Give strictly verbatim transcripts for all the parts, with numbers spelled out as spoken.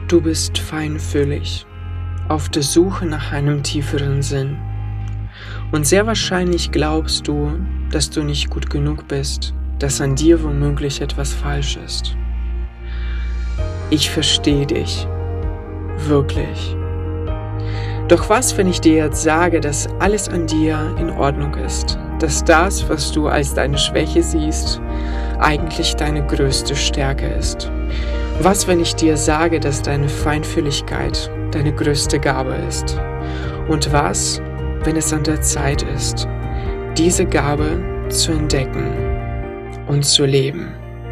Du bist feinfühlig, auf der Suche nach einem tieferen Sinn. Und sehr wahrscheinlich glaubst du, dass du nicht gut genug bist, dass an dir womöglich etwas falsch ist. Ich verstehe dich, wirklich. Doch was, wenn ich dir jetzt sage, dass alles an dir in Ordnung ist, dass das, was du als deine Schwäche siehst, eigentlich deine größte Stärke ist? Was, wenn ich dir sage, dass deine Feinfühligkeit deine größte Gabe ist? Und was, wenn es an der Zeit ist, diese Gabe zu entdecken und zu leben?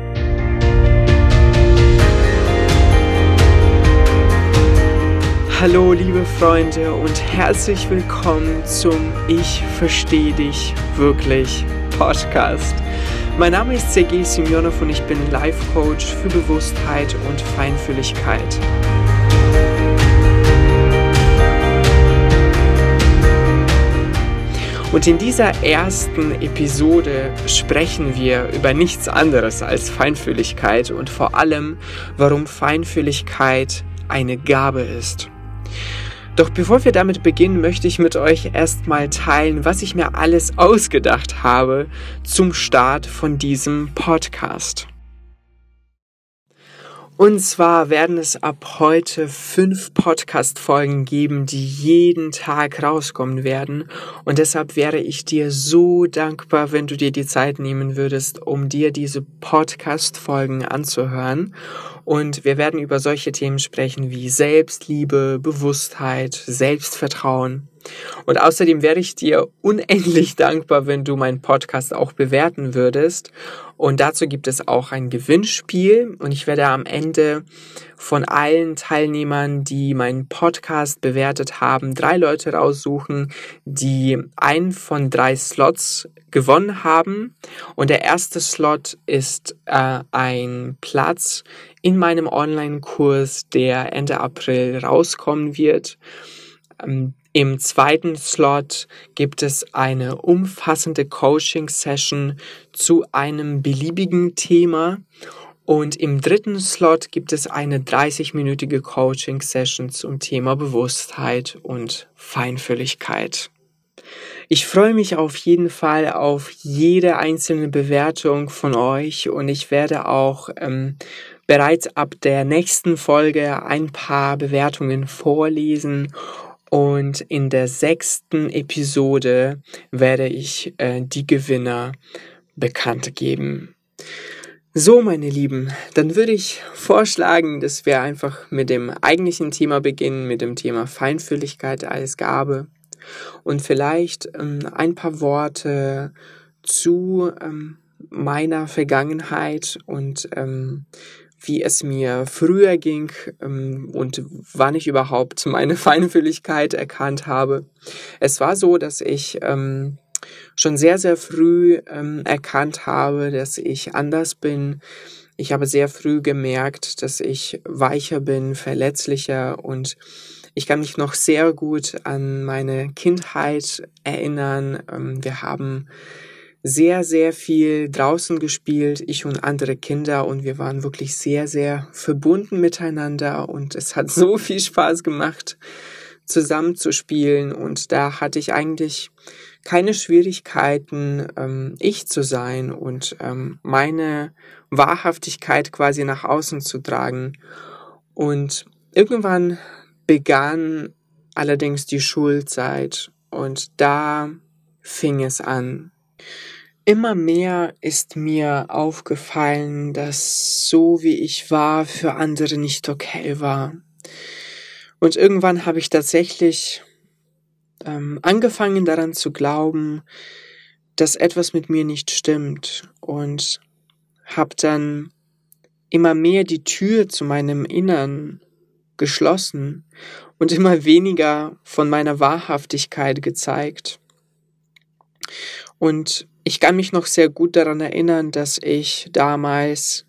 Hallo liebe Freunde und herzlich willkommen zum Ich verstehe dich wirklich Podcast. Mein Name ist Sergej Semjonov und ich bin Life Coach für Bewusstheit und Feinfühligkeit. Und in dieser ersten Episode sprechen wir über nichts anderes als Feinfühligkeit und vor allem, warum Feinfühligkeit eine Gabe ist. Doch bevor wir damit beginnen, möchte ich mit euch erstmal teilen, was ich mir alles ausgedacht habe zum Start von diesem Podcast. Und zwar werden es ab heute fünf Podcast-Folgen geben, die jeden Tag rauskommen werden. Und deshalb wäre ich dir so dankbar, wenn du dir die Zeit nehmen würdest, um dir diese Podcast-Folgen anzuhören. Und wir werden über solche Themen sprechen wie Selbstliebe, Bewusstheit, Selbstvertrauen. Und außerdem wäre ich dir unendlich dankbar, wenn du meinen Podcast auch bewerten würdest. Und dazu gibt es auch ein Gewinnspiel. Und ich werde am Ende von allen Teilnehmern, die meinen Podcast bewertet haben, drei Leute raussuchen, die einen von drei Slots gewonnen haben. Und der erste Slot ist äh, ein Platz in meinem Online-Kurs, der Ende April rauskommen wird. Ähm, Im zweiten Slot gibt es eine umfassende Coaching-Session zu einem beliebigen Thema. Und im dritten Slot gibt es eine dreißig-minütige Coaching-Session zum Thema Bewusstheit und Feinfühligkeit. Ich freue mich auf jeden Fall auf jede einzelne Bewertung von euch und ich werde auch ähm, bereits ab der nächsten Folge ein paar Bewertungen vorlesen. Und in der sechsten Episode werde ich äh, die Gewinner bekannt geben. So, meine Lieben, dann würde ich vorschlagen, dass wir einfach mit dem eigentlichen Thema beginnen, mit dem Thema Feinfühligkeit als Gabe. Und vielleicht ähm, ein paar Worte zu ähm, meiner Vergangenheit und ähm, wie es mir früher ging ähm, und wann ich überhaupt meine Feinfühligkeit erkannt habe. Es war so, dass ich ähm, schon sehr, sehr früh ähm, erkannt habe, dass ich anders bin. Ich habe sehr früh gemerkt, dass ich weicher bin, verletzlicher und ich kann mich noch sehr gut an meine Kindheit erinnern. Ähm, wir haben sehr, sehr viel draußen gespielt, ich und andere Kinder, und wir waren wirklich sehr, sehr verbunden miteinander und es hat so viel Spaß gemacht, zusammen zu spielen, und da hatte ich eigentlich keine Schwierigkeiten, ähm, ich zu sein und ähm, meine Wahrhaftigkeit quasi nach außen zu tragen. Und irgendwann begann allerdings die Schulzeit und da fing es an. Immer mehr ist mir aufgefallen, dass so wie ich war, für andere nicht okay war. Und irgendwann habe ich tatsächlich ähm, angefangen daran zu glauben, dass etwas mit mir nicht stimmt, und habe dann immer mehr die Tür zu meinem Innern geschlossen und immer weniger von meiner Wahrhaftigkeit gezeigt. Und ich kann mich noch sehr gut daran erinnern, dass ich damals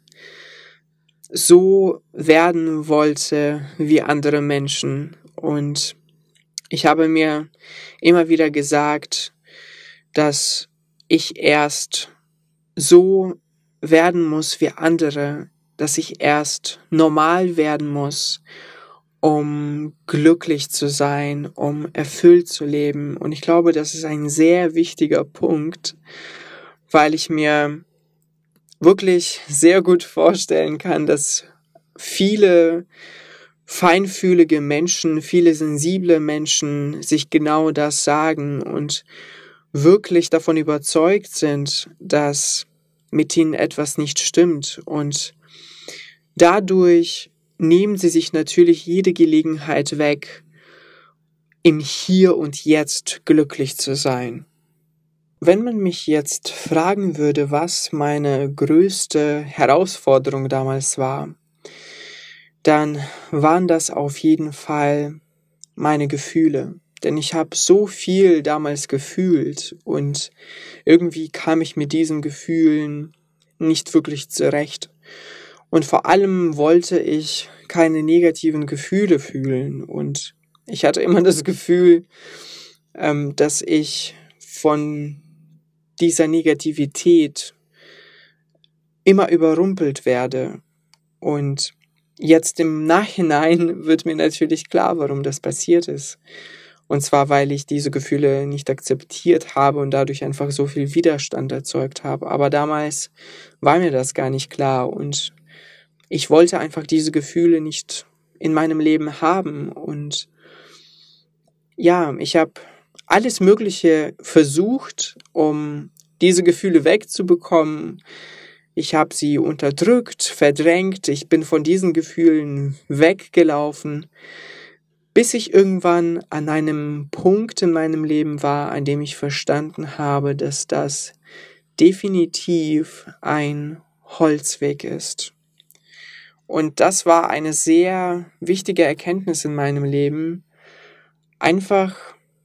so werden wollte wie andere Menschen. Und ich habe mir immer wieder gesagt, dass ich erst so werden muss wie andere, dass ich erst normal werden muss um glücklich zu sein, um erfüllt zu leben. Und ich glaube, das ist ein sehr wichtiger Punkt, weil ich mir wirklich sehr gut vorstellen kann, dass viele feinfühlige Menschen, viele sensible Menschen sich genau das sagen und wirklich davon überzeugt sind, dass mit ihnen etwas nicht stimmt. Und dadurch nehmen sie sich natürlich jede Gelegenheit weg, im Hier und Jetzt glücklich zu sein. Wenn man mich jetzt fragen würde, was meine größte Herausforderung damals war, dann waren das auf jeden Fall meine Gefühle. Denn ich habe so viel damals gefühlt und irgendwie kam ich mit diesen Gefühlen nicht wirklich zurecht. Und vor allem wollte ich keine negativen Gefühle fühlen. Und ich hatte immer das Gefühl, ähm, dass ich von dieser Negativität immer überrumpelt werde. Und jetzt im Nachhinein wird mir natürlich klar, warum das passiert ist. Und zwar, weil ich diese Gefühle nicht akzeptiert habe und dadurch einfach so viel Widerstand erzeugt habe. Aber damals war mir das gar nicht klar und ich wollte einfach diese Gefühle nicht in meinem Leben haben. Und ja, ich habe alles Mögliche versucht, um diese Gefühle wegzubekommen. Ich habe sie unterdrückt, verdrängt, ich bin von diesen Gefühlen weggelaufen, bis ich irgendwann an einem Punkt in meinem Leben war, an dem ich verstanden habe, dass das definitiv ein Holzweg ist. Und das war eine sehr wichtige Erkenntnis in meinem Leben, einfach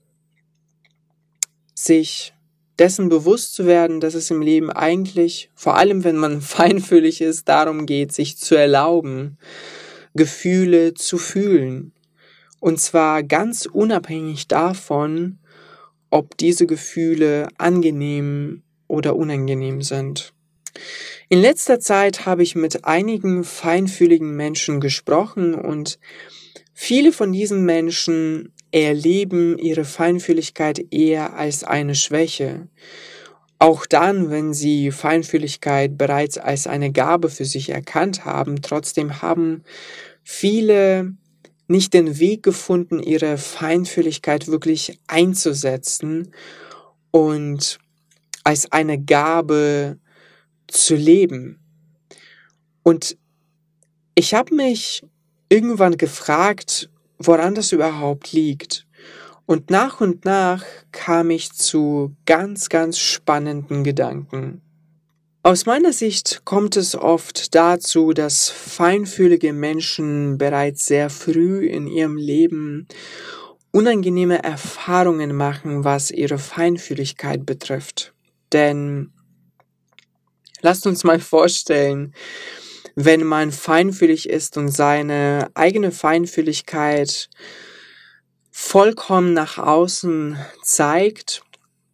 sich dessen bewusst zu werden, dass es im Leben eigentlich, vor allem wenn man feinfühlig ist, darum geht, sich zu erlauben, Gefühle zu fühlen. Und zwar ganz unabhängig davon, ob diese Gefühle angenehm oder unangenehm sind. In letzter Zeit habe ich mit einigen feinfühligen Menschen gesprochen und viele von diesen Menschen erleben ihre Feinfühligkeit eher als eine Schwäche. Auch dann, wenn sie Feinfühligkeit bereits als eine Gabe für sich erkannt haben, trotzdem haben viele nicht den Weg gefunden, ihre Feinfühligkeit wirklich einzusetzen und als eine Gabe zu leben. Und ich habe mich irgendwann gefragt, woran das überhaupt liegt. Und nach und nach kam ich zu ganz, ganz spannenden Gedanken. Aus meiner Sicht kommt es oft dazu, dass feinfühlige Menschen bereits sehr früh in ihrem Leben unangenehme Erfahrungen machen, was ihre Feinfühligkeit betrifft. Denn lasst uns mal vorstellen, wenn man feinfühlig ist und seine eigene Feinfühligkeit vollkommen nach außen zeigt,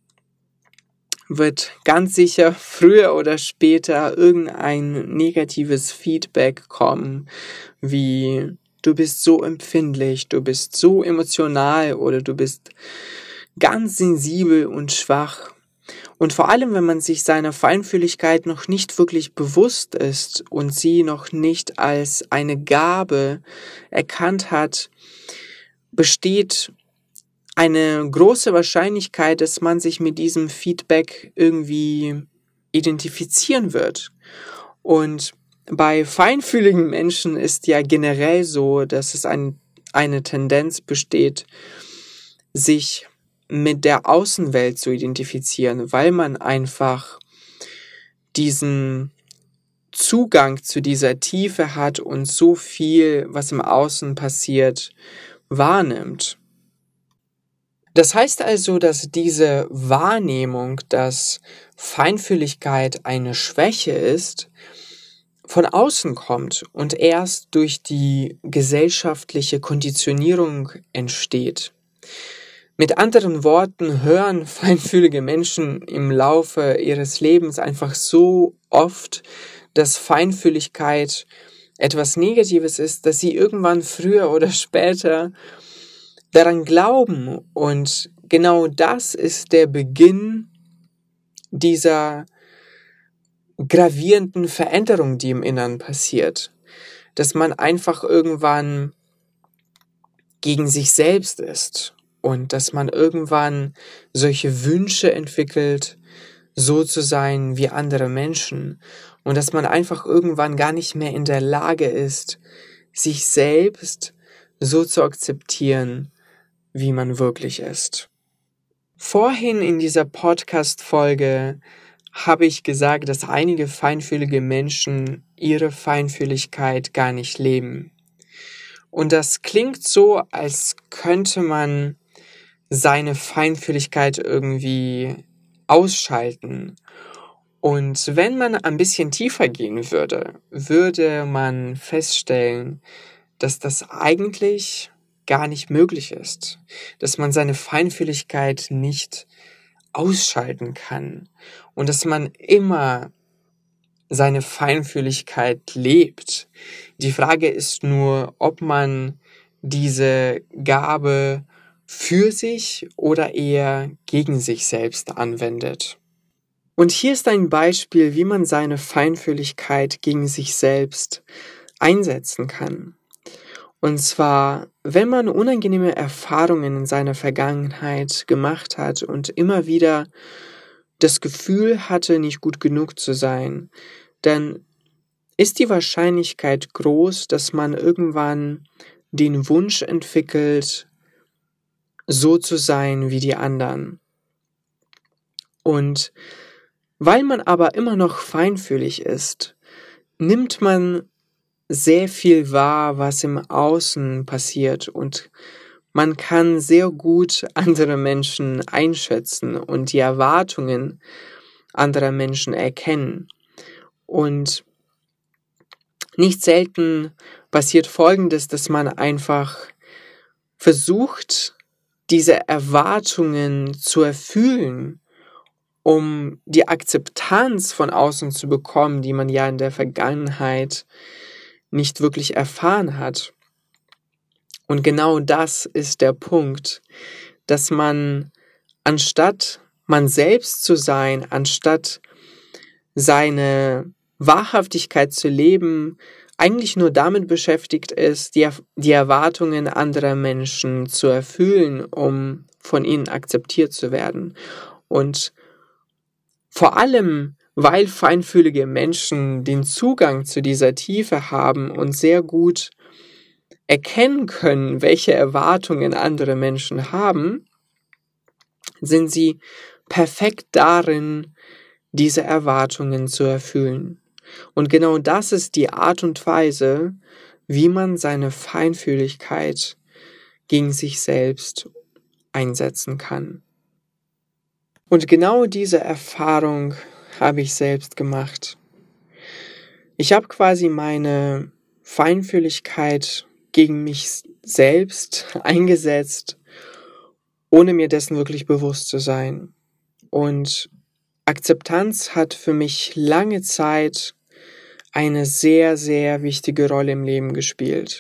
wird ganz sicher früher oder später irgendein negatives Feedback kommen, wie du bist so empfindlich, du bist so emotional oder du bist ganz sensibel und schwach. Und vor allem, wenn man sich seiner Feinfühligkeit noch nicht wirklich bewusst ist und sie noch nicht als eine Gabe erkannt hat, besteht eine große Wahrscheinlichkeit, dass man sich mit diesem Feedback irgendwie identifizieren wird. Und bei feinfühligen Menschen ist ja generell so, dass es ein, eine Tendenz besteht, sich mit der Außenwelt zu identifizieren, weil man einfach diesen Zugang zu dieser Tiefe hat und so viel, was im Außen passiert, wahrnimmt. Das heißt also, dass diese Wahrnehmung, dass Feinfühligkeit eine Schwäche ist, von außen kommt und erst durch die gesellschaftliche Konditionierung entsteht. Mit anderen Worten hören feinfühlige Menschen im Laufe ihres Lebens einfach so oft, dass Feinfühligkeit etwas Negatives ist, dass sie irgendwann früher oder später daran glauben. Und genau das ist der Beginn dieser gravierenden Veränderung, die im Inneren passiert. Dass man einfach irgendwann gegen sich selbst ist und dass man irgendwann solche Wünsche entwickelt, so zu sein wie andere Menschen und dass man einfach irgendwann gar nicht mehr in der Lage ist, sich selbst so zu akzeptieren, wie man wirklich ist. Vorhin in dieser Podcast-Folge habe ich gesagt, dass einige feinfühlige Menschen ihre Feinfühligkeit gar nicht leben. Und das klingt so, als könnte man seine Feinfühligkeit irgendwie ausschalten. Und wenn man ein bisschen tiefer gehen würde, würde man feststellen, dass das eigentlich gar nicht möglich ist, dass man seine Feinfühligkeit nicht ausschalten kann und dass man immer seine Feinfühligkeit lebt. Die Frage ist nur, ob man diese Gabe für sich oder eher gegen sich selbst anwendet. Und hier ist ein Beispiel, wie man seine Feinfühligkeit gegen sich selbst einsetzen kann. Und zwar, wenn man unangenehme Erfahrungen in seiner Vergangenheit gemacht hat und immer wieder das Gefühl hatte, nicht gut genug zu sein, dann ist die Wahrscheinlichkeit groß, dass man irgendwann den Wunsch entwickelt, so zu sein wie die anderen. Und weil man aber immer noch feinfühlig ist, nimmt man sehr viel wahr, was im Außen passiert und man kann sehr gut andere Menschen einschätzen und die Erwartungen anderer Menschen erkennen. Und nicht selten passiert Folgendes, dass man einfach versucht, diese Erwartungen zu erfüllen, um die Akzeptanz von außen zu bekommen, die man ja in der Vergangenheit nicht wirklich erfahren hat. Und genau das ist der Punkt, dass man anstatt man selbst zu sein, anstatt seine Wahrhaftigkeit zu leben, eigentlich nur damit beschäftigt ist, die, die Erwartungen anderer Menschen zu erfüllen, um von ihnen akzeptiert zu werden. Und vor allem, weil feinfühlige Menschen den Zugang zu dieser Tiefe haben und sehr gut erkennen können, welche Erwartungen andere Menschen haben, sind sie perfekt darin, diese Erwartungen zu erfüllen. Und genau das ist die Art und Weise, wie man seine Feinfühligkeit gegen sich selbst einsetzen kann. Und genau diese Erfahrung habe ich selbst gemacht. Ich habe quasi meine Feinfühligkeit gegen mich selbst eingesetzt, ohne mir dessen wirklich bewusst zu sein. Und Akzeptanz hat für mich lange Zeit eine sehr, sehr wichtige Rolle im Leben gespielt.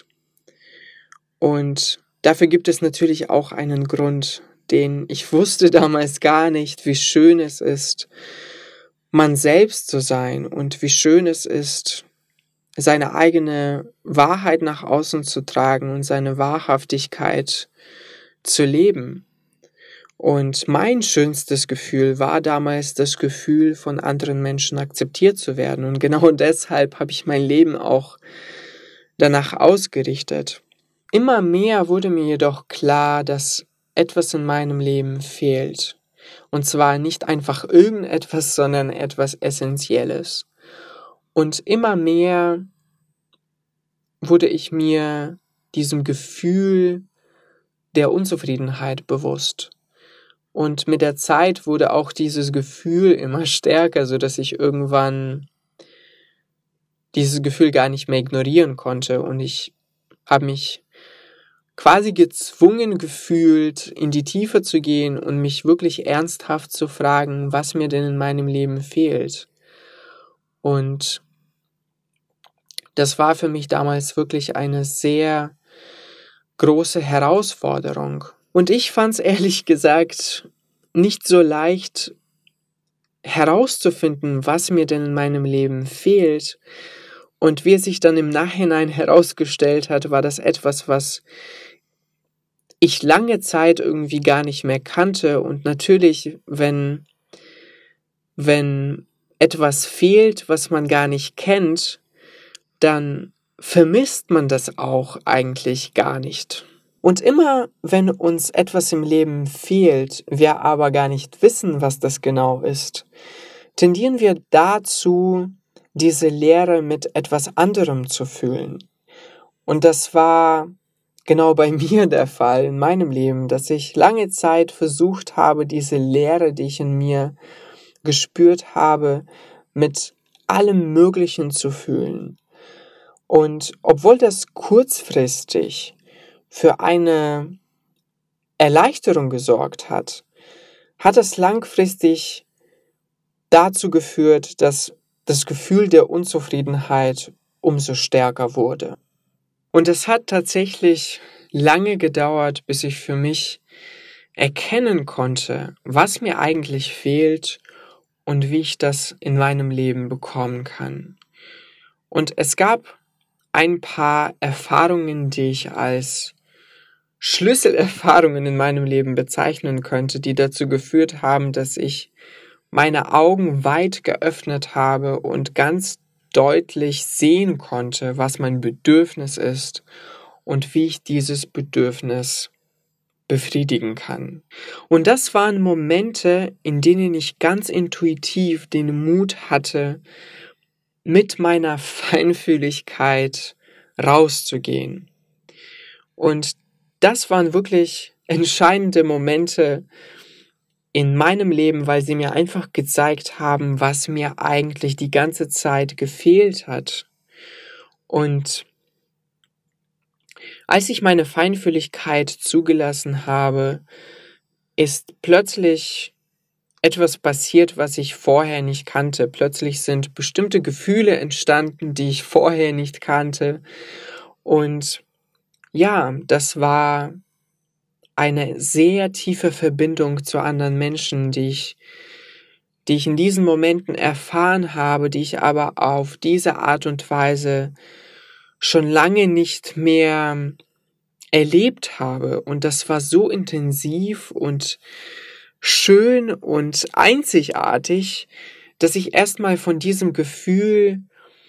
Und dafür gibt es natürlich auch einen Grund, den ich wusste damals gar nicht, wie schön es ist, man selbst zu sein und wie schön es ist, seine eigene Wahrheit nach außen zu tragen und seine Wahrhaftigkeit zu leben. Und mein schönstes Gefühl war damals das Gefühl, von anderen Menschen akzeptiert zu werden. Und genau deshalb habe ich mein Leben auch danach ausgerichtet. Immer mehr wurde mir jedoch klar, dass etwas in meinem Leben fehlt. Und zwar nicht einfach irgendetwas, sondern etwas Essentielles. Und immer mehr wurde ich mir diesem Gefühl der Unzufriedenheit bewusst. Und mit der Zeit wurde auch dieses Gefühl immer stärker, sodass ich irgendwann dieses Gefühl gar nicht mehr ignorieren konnte. Und ich habe mich quasi gezwungen gefühlt, in die Tiefe zu gehen und mich wirklich ernsthaft zu fragen, was mir denn in meinem Leben fehlt. Und Das war für mich damals wirklich eine sehr große Herausforderung. Und ich fand es ehrlich gesagt nicht so leicht herauszufinden, was mir denn in meinem Leben fehlt. Und wie es sich dann im Nachhinein herausgestellt hat, war das etwas, was ich lange Zeit irgendwie gar nicht mehr kannte. Und natürlich, wenn, wenn etwas fehlt, was man gar nicht kennt, dann vermisst man das auch eigentlich gar nicht. Und immer, wenn uns etwas im Leben fehlt, wir aber gar nicht wissen, was das genau ist, tendieren wir dazu, diese Leere mit etwas anderem zu fühlen. Und das war genau bei mir der Fall in meinem Leben, dass ich lange Zeit versucht habe, diese Leere, die ich in mir gespürt habe, mit allem Möglichen zu fühlen. Und obwohl das kurzfristig für eine Erleichterung gesorgt hat, hat es langfristig dazu geführt, dass das Gefühl der Unzufriedenheit umso stärker wurde. Und es hat tatsächlich lange gedauert, bis ich für mich erkennen konnte, was mir eigentlich fehlt und wie ich das in meinem Leben bekommen kann. Und es gab ein paar Erfahrungen, die ich als Schlüsselerfahrungen in meinem Leben bezeichnen könnte, die dazu geführt haben, dass ich meine Augen weit geöffnet habe und ganz deutlich sehen konnte, was mein Bedürfnis ist und wie ich dieses Bedürfnis befriedigen kann. Und das waren Momente, in denen ich ganz intuitiv den Mut hatte, mit meiner Feinfühligkeit rauszugehen. Und das waren wirklich entscheidende Momente in meinem Leben, weil sie mir einfach gezeigt haben, was mir eigentlich die ganze Zeit gefehlt hat. Und als ich meine Feinfühligkeit zugelassen habe, ist plötzlich etwas passiert, was ich vorher nicht kannte. Plötzlich sind bestimmte Gefühle entstanden, die ich vorher nicht kannte. Und ja, das war eine sehr tiefe Verbindung zu anderen Menschen, die ich, die ich in diesen Momenten erfahren habe, die ich aber auf diese Art und Weise schon lange nicht mehr erlebt habe. Und das war so intensiv und schön und einzigartig, dass ich erstmal von diesem Gefühl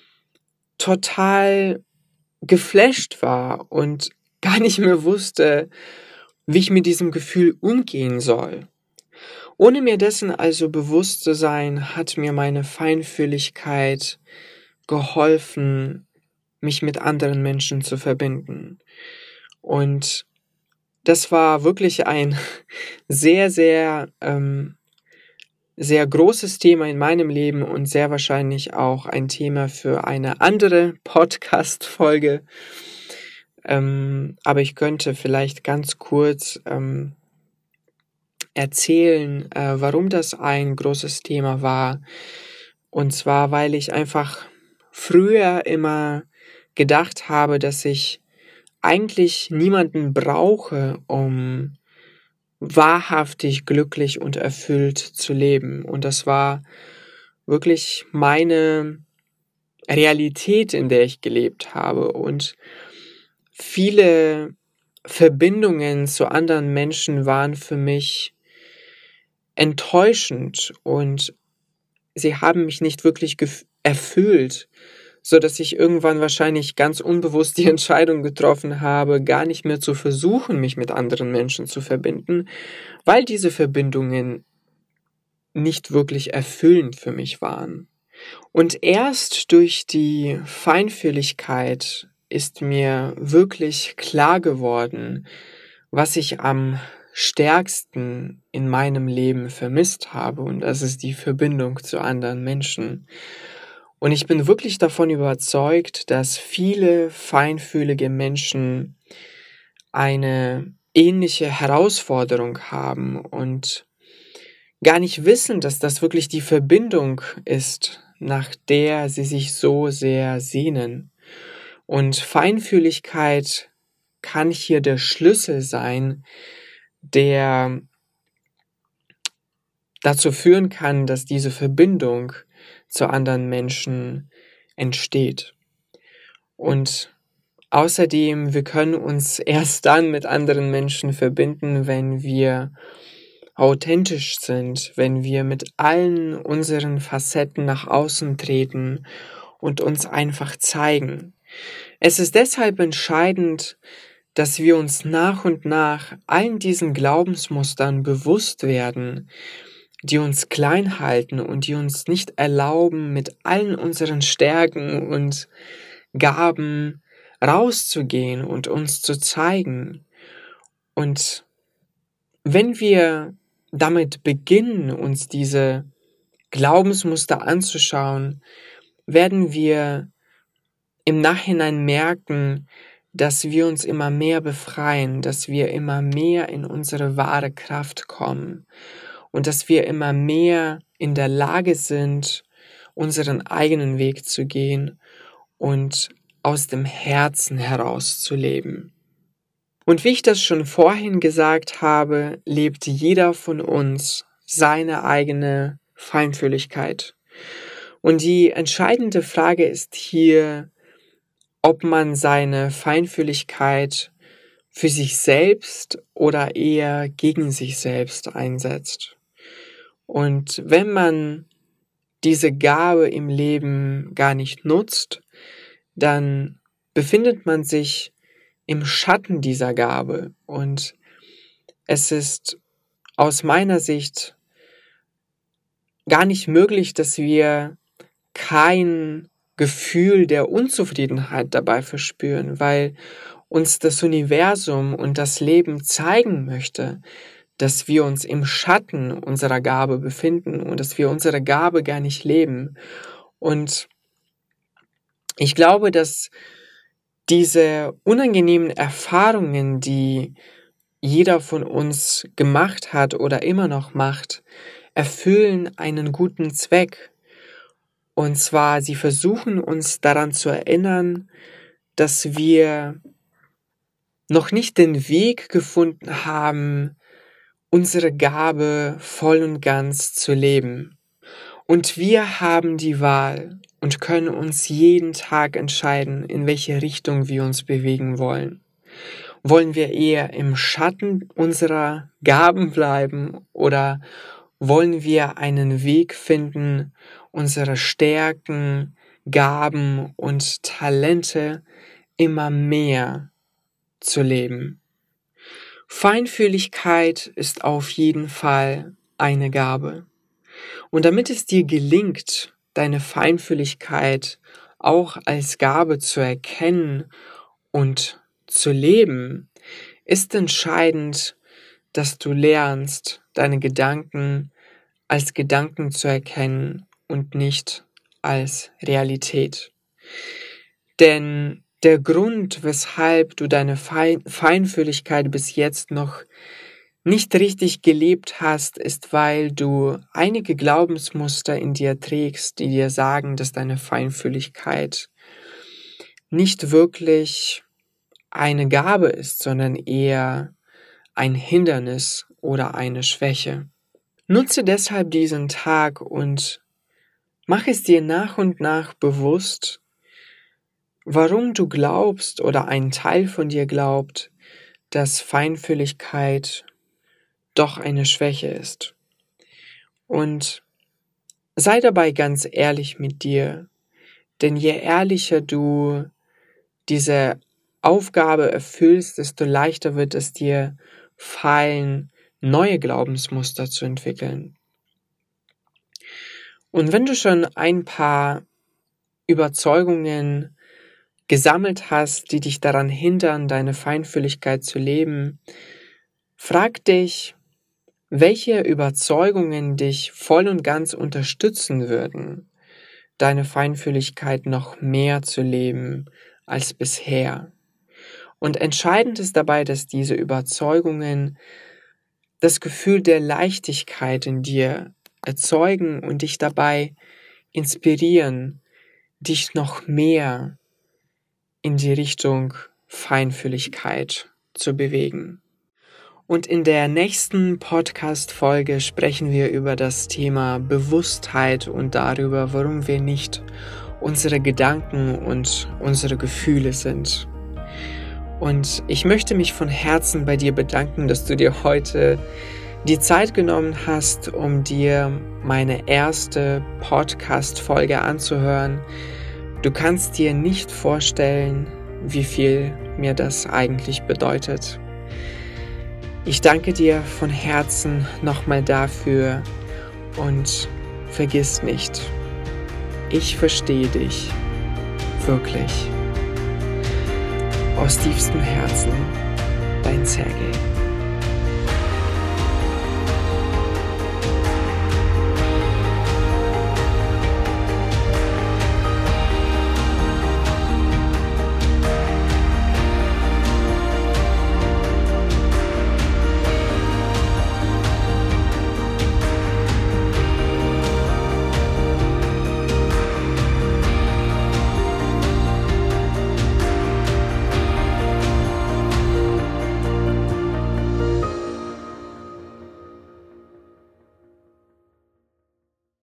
total geflasht war und gar nicht mehr wusste, wie ich mit diesem Gefühl umgehen soll. Ohne mir dessen also bewusst zu sein, hat mir meine Feinfühligkeit geholfen, mich mit anderen Menschen zu verbinden. Und das war wirklich ein sehr, sehr, ähm, sehr großes Thema in meinem Leben und sehr wahrscheinlich auch ein Thema für eine andere Podcast-Folge. Ähm, aber ich könnte vielleicht ganz kurz ähm, erzählen, äh, warum das ein großes Thema war. Und zwar, weil ich einfach früher immer gedacht habe, dass ich eigentlich niemanden brauche, um wahrhaftig glücklich und erfüllt zu leben. Und das war wirklich meine Realität, in der ich gelebt habe. Und viele Verbindungen zu anderen Menschen waren für mich enttäuschend und sie haben mich nicht wirklich gef- erfüllt, so dass ich irgendwann wahrscheinlich ganz unbewusst die Entscheidung getroffen habe, gar nicht mehr zu versuchen, mich mit anderen Menschen zu verbinden, weil diese Verbindungen nicht wirklich erfüllend für mich waren. Und erst durch die Feinfühligkeit ist mir wirklich klar geworden, was ich am stärksten in meinem Leben vermisst habe, und das ist die Verbindung zu anderen Menschen. Und ich bin wirklich davon überzeugt, dass viele feinfühlige Menschen eine ähnliche Herausforderung haben und gar nicht wissen, dass das wirklich die Verbindung ist, nach der sie sich so sehr sehnen. Und Feinfühligkeit kann hier der Schlüssel sein, der dazu führen kann, dass diese Verbindung zu anderen Menschen entsteht. Und außerdem, wir können uns erst dann mit anderen Menschen verbinden, wenn wir authentisch sind, wenn wir mit allen unseren Facetten nach außen treten und uns einfach zeigen. Es ist deshalb entscheidend, dass wir uns nach und nach allen diesen Glaubensmustern bewusst werden, die uns klein halten und die uns nicht erlauben, mit allen unseren Stärken und Gaben rauszugehen und uns zu zeigen. Und wenn wir damit beginnen, uns diese Glaubensmuster anzuschauen, werden wir im Nachhinein merken, dass wir uns immer mehr befreien, dass wir immer mehr in unsere wahre Kraft kommen und dass wir immer mehr in der Lage sind, unseren eigenen Weg zu gehen und aus dem Herzen heraus zu leben. Und wie ich das schon vorhin gesagt habe, lebt jeder von uns seine eigene Feinfühligkeit. Und die entscheidende Frage ist hier, ob man seine Feinfühligkeit für sich selbst oder eher gegen sich selbst einsetzt. Und wenn man diese Gabe im Leben gar nicht nutzt, dann befindet man sich im Schatten dieser Gabe. Und es ist aus meiner Sicht gar nicht möglich, dass wir kein Gefühl der Unzufriedenheit dabei verspüren, weil uns das Universum und das Leben zeigen möchte, dass wir uns im Schatten unserer Gabe befinden und dass wir unsere Gabe gar nicht leben. Und ich glaube, dass diese unangenehmen Erfahrungen, die jeder von uns gemacht hat oder immer noch macht, erfüllen einen guten Zweck. Und zwar, sie versuchen uns daran zu erinnern, dass wir noch nicht den Weg gefunden haben, unsere Gabe voll und ganz zu leben. Und wir haben die Wahl und können uns jeden Tag entscheiden, in welche Richtung wir uns bewegen wollen. Wollen wir eher im Schatten unserer Gaben bleiben oder wollen wir einen Weg finden, unsere Stärken, Gaben und Talente immer mehr zu leben? Feinfühligkeit ist auf jeden Fall eine Gabe. Und damit es dir gelingt, deine Feinfühligkeit auch als Gabe zu erkennen und zu leben, ist entscheidend, dass du lernst, deine Gedanken als Gedanken zu erkennen und nicht als Realität. Denn der Grund, weshalb du deine Feinfühligkeit bis jetzt noch nicht richtig gelebt hast, ist, weil du einige Glaubensmuster in dir trägst, die dir sagen, dass deine Feinfühligkeit nicht wirklich eine Gabe ist, sondern eher ein Hindernis oder eine Schwäche. Nutze deshalb diesen Tag und mach es dir nach und nach bewusst, warum du glaubst oder ein Teil von dir glaubt, dass Feinfühligkeit doch eine Schwäche ist. Und sei dabei ganz ehrlich mit dir, denn je ehrlicher du diese Aufgabe erfüllst, desto leichter wird es dir fallen, neue Glaubensmuster zu entwickeln. Und wenn du schon ein paar Überzeugungen gesammelt hast, die dich daran hindern, deine Feinfühligkeit zu leben, frag dich, welche Überzeugungen dich voll und ganz unterstützen würden, deine Feinfühligkeit noch mehr zu leben als bisher. Und entscheidend ist dabei, dass diese Überzeugungen das Gefühl der Leichtigkeit in dir erzeugen und dich dabei inspirieren, dich noch mehr in die Richtung Feinfühligkeit zu bewegen. Und in der nächsten Podcast-Folge sprechen wir über das Thema Bewusstheit und darüber, warum wir nicht unsere Gedanken und unsere Gefühle sind. Und ich möchte mich von Herzen bei dir bedanken, dass du dir heute die Zeit genommen hast, um dir meine erste Podcast-Folge anzuhören. Du kannst dir nicht vorstellen, wie viel mir das eigentlich bedeutet. Ich danke dir von Herzen nochmal dafür und vergiss nicht, ich verstehe dich wirklich. Aus tiefstem Herzen, dein Sergej.